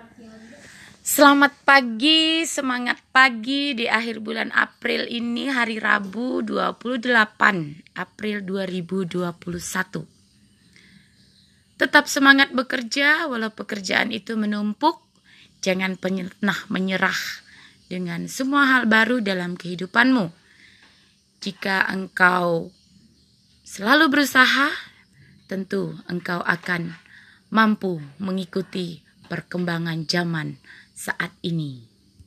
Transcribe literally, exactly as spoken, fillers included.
Selamat pagi, semangat pagi di akhir bulan April ini, hari Rabu dua puluh delapan April dua ribu dua puluh satu. Tetap semangat bekerja walau pekerjaan itu menumpuk. Jangan pernah menyerah dengan semua hal baru dalam kehidupanmu. Jika engkau selalu berusaha, tentu engkau akan mampu mengikuti perkembangan zaman saat ini.